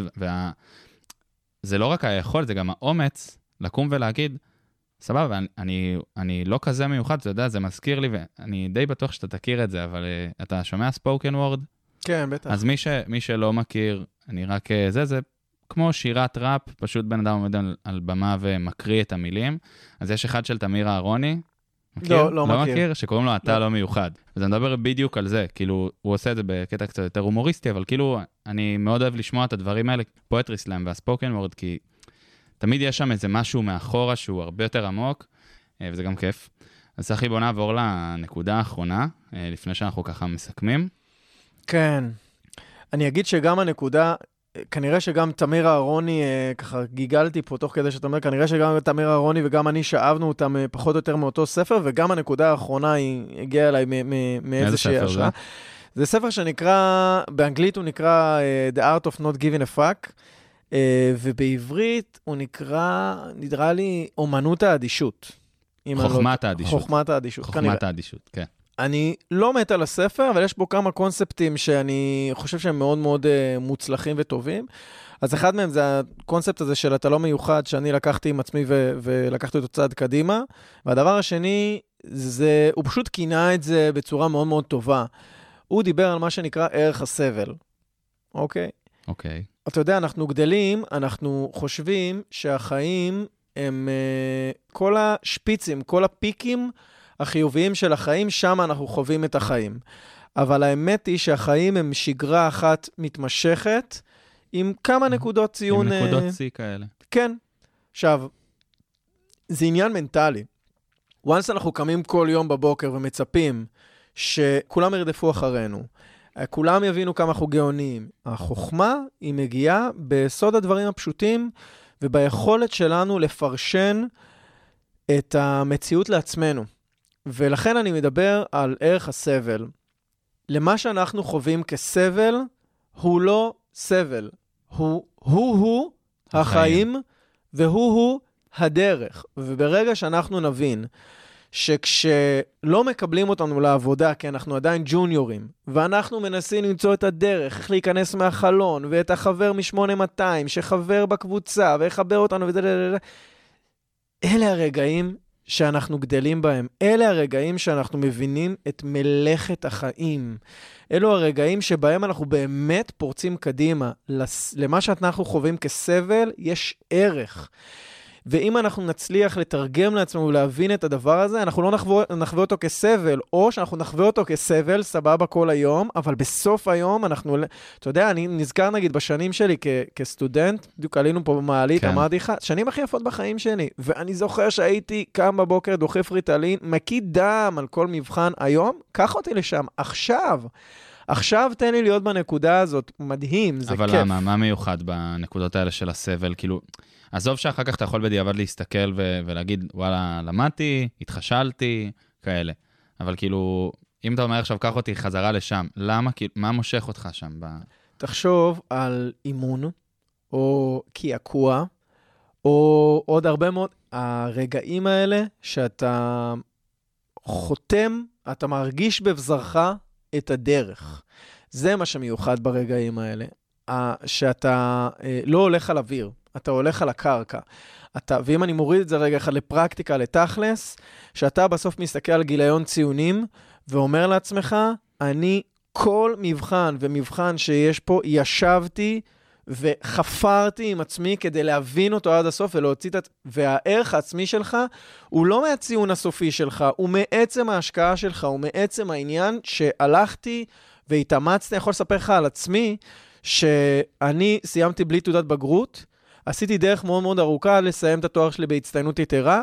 זה לא רק היכולת, זה גם האומץ לקום ולהגיד, סבבה, אני לא כזה מיוחד, אתה יודע, זה מזכיר לי, ואני די בטוח שאתה תכיר את זה, אבל אתה שומע ספוקן וורד? כן, בטח. אז מי שלא מכיר, אני רק זה כמו שירת ראפ, פשוט בן אדם עומד על במה ומקריא את המילים. אז יש אחד של תמיר אהרוני, מכיר? לא מכיר. שקוראים לו אתה לא מיוחד. אז אני מדבר בדיוק על זה, כאילו, הוא עושה את זה בקטע קצת יותר הומוריסטי, אבל כאילו, אני מאוד אוהב לשמוע את הדברים האלה, פואטרי סלאם והספוקן וורד, כי תמיד יש שם איזה משהו מאחורה שהוא הרבה יותר עמוק, וזה גם כיף. אז צחי, בוא נעבור לנקודה האחרונה, לפני שאנחנו ככה מסכמים. כן. אני אגיד שגם הנקודה, כנראה שגם תמיר אהרוני, ככה גיגלתי פה תוך כדי שאתה אומר, כנראה שגם תמיר אהרוני וגם אני שאבנו אותם פחות או יותר מאותו ספר, וגם הנקודה האחרונה היא הגיעה אליי מאיזושהי השעה. זה ספר שנקרא, באנגלית הוא נקרא The Art of Not Giving a Fuck, ובעברית הוא נראה לי, אומנות האדישות. חוכמת האדישות. חוכמת האדישות, כנראה. חוכמת האדישות, כן. אני לא מת על הספר, אבל יש בו כמה קונספטים שאני חושב שהם מאוד מאוד מוצלחים וטובים. אז אחד מהם זה הקונספט הזה של אתה לא מיוחד, שאני לקחתי עם עצמי ולקחתי אותו צעד קדימה. והדבר השני, הוא פשוט כינה את זה בצורה מאוד מאוד טובה. הוא דיבר על מה שנקרא ערך הסבל. אוקיי? אוקיי. אתה יודע, אנחנו גדלים, אנחנו חושבים שהחיים הם כל השפיצים, כל הפיקים החיוביים של החיים, שם אנחנו חווים את החיים. אבל האמת היא שהחיים הם שגרה אחת מתמשכת, עם כמה נקודות ציון... עם נקודות צי כאלה. כן. עכשיו, זה עניין מנטלי. once אנחנו קמים כל יום בבוקר ומצפים שכולם ירדפו אחרינו, כולם יבינו כמה אנחנו גאונים. החוכמה היא מגיעה בסוד הדברים הפשוטים, וביכולת שלנו לפרשן את המציאות לעצמנו. ולכן אני מדבר על ערך הסבל. למה שאנחנו חווים כסבל, הוא לא סבל. הוא החיים, והוא הדרך. וברגע שאנחנו נבין שכשלא מקבלים אותנו לעבודה, כי אנחנו עדיין ג'וניורים, ואנחנו מנסים למצוא את הדרך, איך להיכנס מהחלון, ואת החבר מ-8200, שחבר בקבוצה, ויחבר אותנו, אלה הרגעים שאנחנו גדלים בהם. אלה הרגעים שאנחנו מבינים את מלאכת החיים. אלו הרגעים שבהם אנחנו באמת פורצים קדימה. למה שאנחנו חווים כסבל, יש ערך. ואם אנחנו נצליח לתרגם לעצמנו ולהבין את הדבר הזה, אנחנו לא נחווה אותו כסבל, או שאנחנו נחווה אותו כסבל, סבבה כל היום, אבל בסוף היום אנחנו, אתה יודע, אני נזכר נגיד בשנים שלי כסטודנט, בדיוק עלינו פה במעלית, כן. אמרתי לך, שנים הכי יפות בחיים שלי, ואני זוכר שהייתי קם בבוקר, דוחף ריטלין, מקיא דם על כל מבחן היום, קח אותי לשם, עכשיו תן לי להיות בנקודה הזאת, מדהים, זה אבל כיף. אבל למה, מה מיוחד בנקודות האלה של הסבל? כאילו, עזוב שאחר כך אתה יכול בדיעבד להסתכל ולהגיד, וואלה, למדתי, התחשלתי, כאלה. אבל כאילו, אם אתה אומר עכשיו, קח אותי חזרה לשם, למה? מה מושך אותך שם? תחשוב על אימון, או קעקוע, או עוד הרבה מאוד, הרגעים האלה שאתה חותם, אתה מרגיש בבזרך את הדרך. זה מה שמיוחד ברגעים האלה. שאתה לא הולך על אוויר, אתה הולך על הקרקע. ואם אני מוריד את זה רגע אחד לפרקטיקה, לתכלס, שאתה בסוף מסתכל על גיליון ציונים, ואומר לעצמך, אני כל מבחן ומבחן שיש פה, ישבתי וחפרתי עם עצמי כדי להבין אותו עד הסוף ולהוציא את... והערך העצמי שלך הוא לא מהציון הסופי שלך, הוא מעצם ההשקעה שלך, הוא מעצם העניין שהלכתי והתאמצתי. אני יכול לספר לך על עצמי, שאני סיימתי בלי תעודת בגרות, עשיתי דרך מאוד מאוד ארוכה לסיים את התואר שלי בהצטיינות יתרה,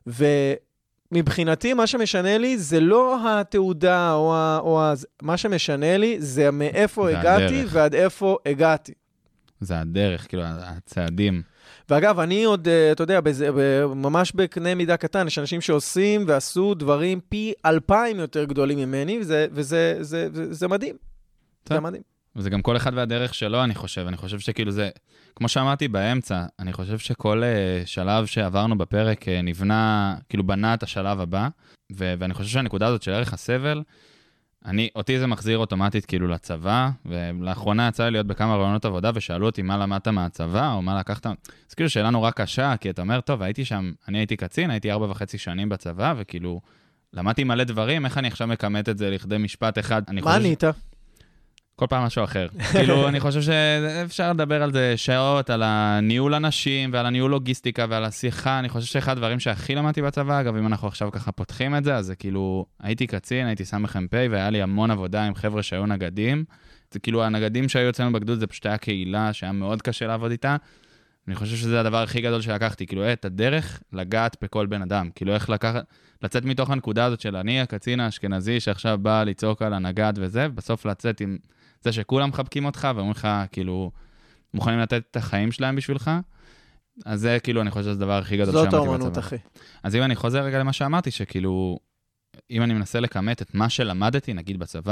ומבחינתי מה שמשנה לי זה לא התעודה מה שמשנה לי זה מאיפה הגעתי ועד איפה הגעתי. זה הדרך, כאילו הצעדים. ואגב, אני עוד, אתה יודע, ממש בקנה מידה קטן, יש אנשים שעושים ועשו דברים פי 2000 יותר גדולים ממני, וזה מדהים. זה מדהים. וזה גם כל אחד והדרך שלו, אני חושב שכאילו זה, כמו שאמרתי באמצע, אני חושב שכל שלב שעברנו בפרק נבנה, כאילו בנה את השלב הבא, ואני חושב שהנקודה הזאת של ערך הסבל, אותי זה מחזיר אוטומטית כאילו לצבא, ולאחרונה יצא לי להיות בכמה רעיונות עבודה, ושאלו אותי מה למדת מהצבא, או מה לקחת, אז כאילו שאלה נורא קשה, כי אתה אומר, טוב, הייתי שם, אני הייתי קצין, הייתי 4.5 שנים בצבא, וכאילו, למדתי מלא דברים, איך אני עכשיו מקמת את זה לכדי משפט אחד? מה ענית? כל פעם משהו אחר. כאילו, אני חושב שאפשר לדבר על זה שעות, על הניהול אנשים, ועל הניהול לוגיסטיקה, ועל השיחה. אני חושב שאחד הדברים שהכי למדתי בצבא, אגב, אם אנחנו עכשיו ככה פותחים את זה, אז זה כאילו, הייתי קצין, הייתי סמ"פ, והיה לי המון עבודה עם חבר'ה שהיו נגדים. זה כאילו, הנגדים שהיו אצלנו בגדוד, זה פשוט היה קהילה, שהיה מאוד קשה לעבוד איתה. אני חושב שזה הדבר הכי גדול שלקחתי, כאילו, את הדרך לגעת בכל בן אדם. כאילו, איך לצאת מתוך הנקודה הזאת של אני, הקצין האשכנזי, שעכשיו בא לצעוק על הנגד וזה, בסוף לצאת עם זה שכולם מחבקים אותך, ואומרים לך, כאילו, מוכנים לתת את החיים שלהם בשבילך, אז זה, כאילו, אני חושב שזה הדבר הכי גדול שאמרתי בצבא. זאת האמנות, אחי. אז אם אני חוזר רגע למה שאמרתי, שכאילו, אם אני מנסה לכמת את מה שלמדתי, נגיד בצבא,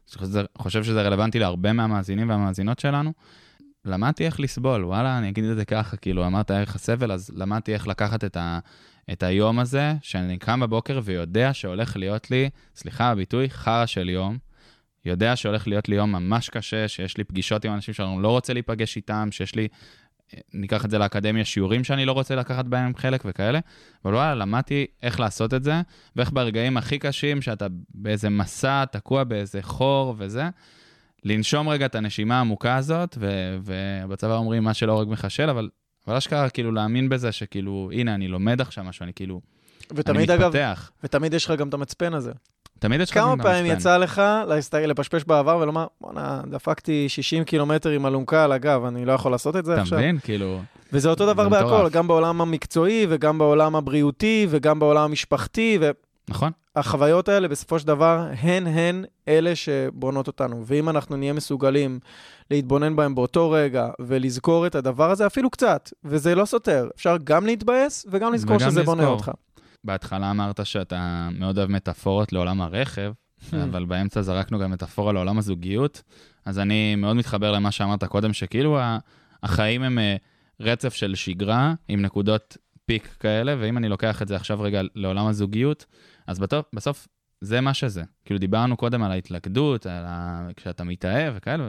חושב שזה רלוונטי להרבה מהמאזינים והמאזינות שלנו. למדתי איך לסבול, וואלה, אני אגיד את זה ככה, כאילו, אמרת ערך הסבל, אז למדתי איך לקחת את היום הזה, שאני קם בבוקר ויודע שהולך להיות לי, סליחה, הביטוי, חרא של יום, יודע שהולך להיות לי יום ממש קשה, שיש לי פגישות עם אנשים שאני לא רוצה להיפגש איתם, שיש לי, ניקח את זה לאקדמיה, שיעורים שאני לא רוצה לקחת בהם חלק וכאלה, אבל וואלה, למדתי איך לעשות את זה, ואיך ברגעים הכי קשים, שאתה באיזה מסע, תקוע באיזה חור וזה, לנשום רגע את הנשימה העמוקה הזאת, ובצבא אומרים מה שלא הורג מחשל, אבל אשכרה כאילו להאמין בזה שכאילו, הנה, אני לומד עכשיו משהו, אני כאילו, אני מתפתח. ותמיד יש לך גם את המצפן הזה. תמיד יש לך גם את המצפן. כמה פעמים יצא לך לפשפש בעבר ולומר, בוא'נה, דפקתי 60 קילומטר עם אלונקה על הגב, אני לא יכול לעשות את זה עכשיו. אתה מבין? כאילו... וזה אותו דבר בהכל, גם בעולם המקצועי, וגם בעולם הבריאותי, וגם בעולם המשפחתי, נכון. החוויות האלה בסופו של דבר הן אלה שבונות אותנו, ואם אנחנו נהיה מסוגלים להתבונן בהם באותו רגע ולזכור את הדבר הזה אפילו קצת, וזה לא סותר, אפשר גם להתבאס וגם לזכור שזה בונה אותך. בהתחלה אמרת שאתה מאוד אוהב מטאפורות לעולם הרכב, אבל באמצע זרקנו גם מטאפורה לעולם הזוגיות, אז אני מאוד מתחבר למה שאמרת קודם, שכאילו החיים הם רצף של שגרה עם נקודות פיק כאלה, ואם אני לוקח את זה עכשיו רגע לעולם הזוגיות, אז בסוף זה מה שזה. כאילו דיברנו קודם על ההתלכדות, כשאתה מתאהב וכאלה,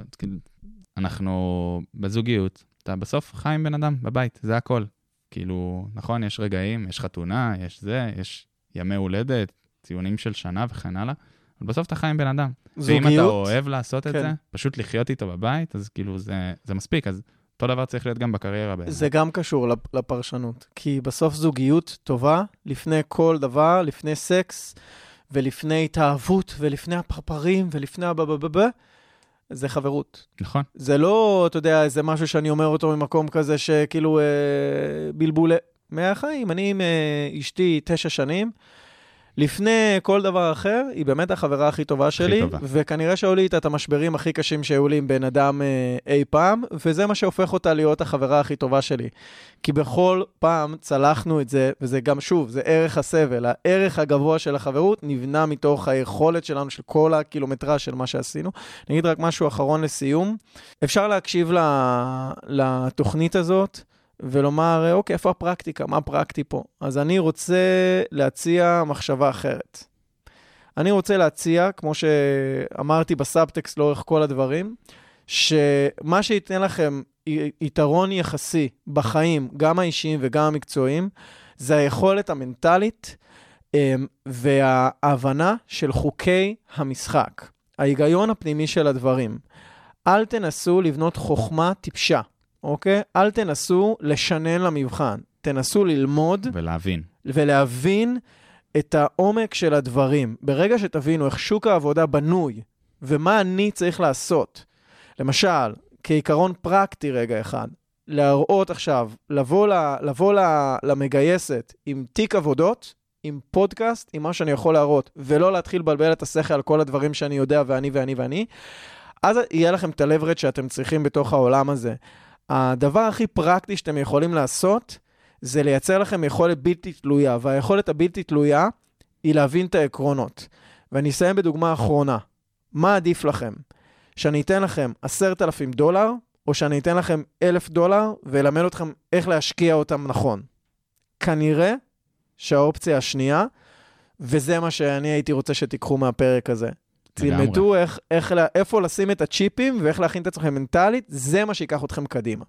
אנחנו בזוגיות, אתה בסוף חיים בן אדם בבית, זה הכל. כאילו, נכון, יש רגעים, יש חתונה, יש ימי הולדת, ציונים של שנה וכן הלאה, אבל בסוף אתה חיים בן אדם. זוגיות? ואם אתה אוהב לעשות את זה, פשוט לחיות איתו בבית, אז כאילו זה מספיק, אז אותו דבר צריך להיות גם בקריירה בעצם. זה גם קשור לפרשנות, כי בסוף זוגיות טובה, לפני כל דבר, לפני סקס, ולפני התאהבות, ולפני הפרפרים, ולפני הבבבבב, זה חברות. נכון. זה לא, אתה יודע, זה משהו שאני אומר אותו ממקום כזה, שכאילו בלבול מהחיים. אני עם אשתי 9 שנים, לפני כל דבר אחר, היא באמת החברה הכי טובה שלי, וכנראה שהיו לי איתה את המשברים הכי קשים שהיו לי עם בן אדם אי פעם, וזה מה שהופך אותה להיות החברה הכי טובה שלי. כי בכל פעם צלחנו את זה, וזה גם שוב, זה ערך הסבל. הערך הגבוה של החברות נבנה מתוך היכולת שלנו, של כל הקילומטרה של מה שעשינו. נגיד רק משהו אחרון לסיום. אפשר להקשיב לתוכנית הזאת, ולומר, אוקיי, איפה הפרקטיקה? מה פרקטי פה? אז אני רוצה להציע מחשבה אחרת. אני רוצה להציע, כמו שאמרתי בסאבטקסט לאורך כל הדברים, שמה שייתן לכם יתרון יחסי בחיים, גם האישיים וגם המקצועיים, זה היכולת המנטלית וההבנה של חוקי המשחק. ההיגיון הפנימי של הדברים. אל תנסו לבנות חוכמה טיפשה. אוקיי? אל תנסו לשנן למבחן. תנסו ללמוד. ולהבין את העומק של הדברים. ברגע שתבינו איך שוק העבודה בנוי, ומה אני צריך לעשות. למשל, כעיקרון פרקטי רגע אחד, להראות עכשיו, לבוא למגייסת עם תיק עבודות, עם פודקאסט, עם מה שאני יכול להראות, ולא להתחיל לבלבל את השכל על כל הדברים שאני יודע, ואני, אז יהיה לכם את הלברד שאתם צריכים בתוך העולם הזה. הדבר הכי פרקטי שאתם יכולים לעשות, זה לייצר לכם יכולת בלתי תלויה, והיכולת הבלתי תלויה היא להבין את העקרונות. ואני אסיים בדוגמה אחרונה. מה עדיף לכם? שאני אתן לכם $10,000, או שאני אתן לכם $1,000, ואלמד אתכם איך להשקיע אותם נכון? כנראה שהאופציה השנייה, וזה מה שאני הייתי רוצה שתיקחו מהפרק הזה. תלמדו איפה לשים את הצ'יפים ואיך להכין את עצמכם מנטלית, זה מה שיקח אתכם קדימה.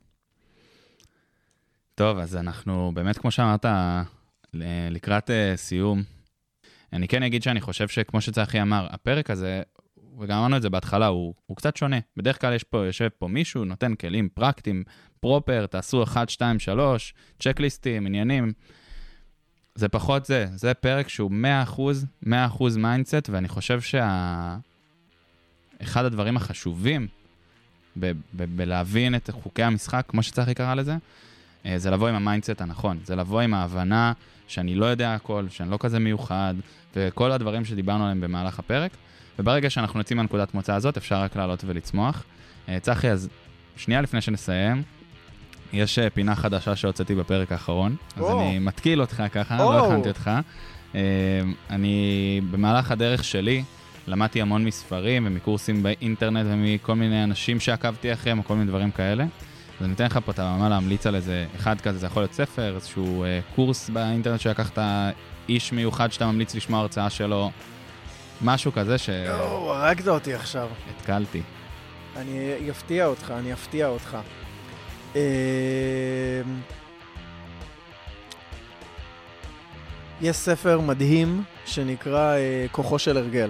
טוב, אז אנחנו באמת, כמו שאמרת, לקראת סיום, אני כן אגיד שאני חושב שכמו שצחי אמר, הפרק הזה, וגם אמרנו את זה בהתחלה, הוא קצת שונה. בדרך כלל יושב פה מישהו, נותן כלים פרקטיים, פרופר, תעשו 1, 2, 3, צ'קליסטים, עניינים. זה פחות זה. זה פרק שהוא 100% מיינדסט, ואני חושב אחד הדברים החשובים בלהבין את חוקי המשחק, כמו שצריך קרא לזה, זה לבוא עם המיינדסט הנכון. זה לבוא עם ההבנה שאני לא יודע הכל, שאני לא כזה מיוחד, וכל הדברים שדיברנו עליהם במהלך הפרק. וברגע שאנחנו נצאים מהנקודת מוצא הזאת, אפשר רק לעלות ולצמוח. צחי, אז שנייה לפני שנסיים, יש פינה חדשה שהוצאתי בפרק האחרון, אז אני מתקיל אותך ככה, לא הכנתי אותך. אני במהלך הדרך שלי, למדתי המון מספרים ומקורסים באינטרנט ומכל מיני אנשים שעקבתי אחריהם, או כל מיני דברים כאלה. אז אני אתן לך פה את הבמה להמליץ על איזה אחד כזה, זה יכול להיות ספר, איזשהו קורס באינטרנט שלקחת איש מיוחד שאתה ממליץ לשמוע הרצאה שלו, משהו כזה ש... הרגת אותי עכשיו. התקלתי. אני אפתיע אותך. יש ספר מדהים שנקרא כוחו של הרגל.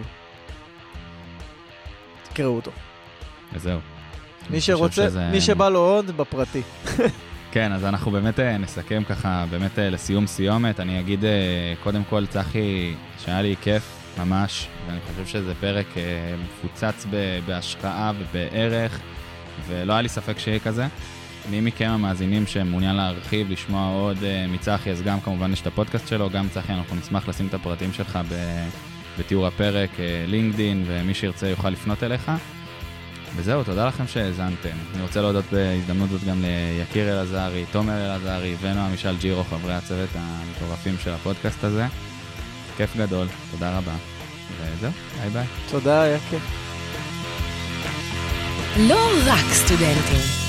תקראו אותו. וזהו. מי שרוצה, מי שבא לו עוד, בפרטי. כן, אז אנחנו באמת נסכם ככה, באמת לסיום סיומת. אני אגיד קודם כל, צחי, שהיה לי כיף ממש, ואני חושב שזה פרק מפוצץ בהשקעה ובערך, ולא היה לי ספק שיהיה כזה. מי מכם המאזינים שמעוניין להרחיב, לשמוע עוד מצחי, אז גם כמובן יש את הפודקאסט שלו, גם צחי, אנחנו נשמח לשים את הפרטים שלך בתיאור הפרק, לינקדין, ומי שירצה יוכל לפנות אליך. וזהו, תודה לכם שהאזנתם. אני רוצה להודות בהזדמנות זאת גם ליקיר אלעזרי, תומר אלעזרי ונועם מישל ג'ירו, חברי הצוות המטורפים של הפודקאסט הזה. כיף גדול, תודה רבה. וזהו, ביי ביי. תודה, היה כיף. לא רק סטודנטים.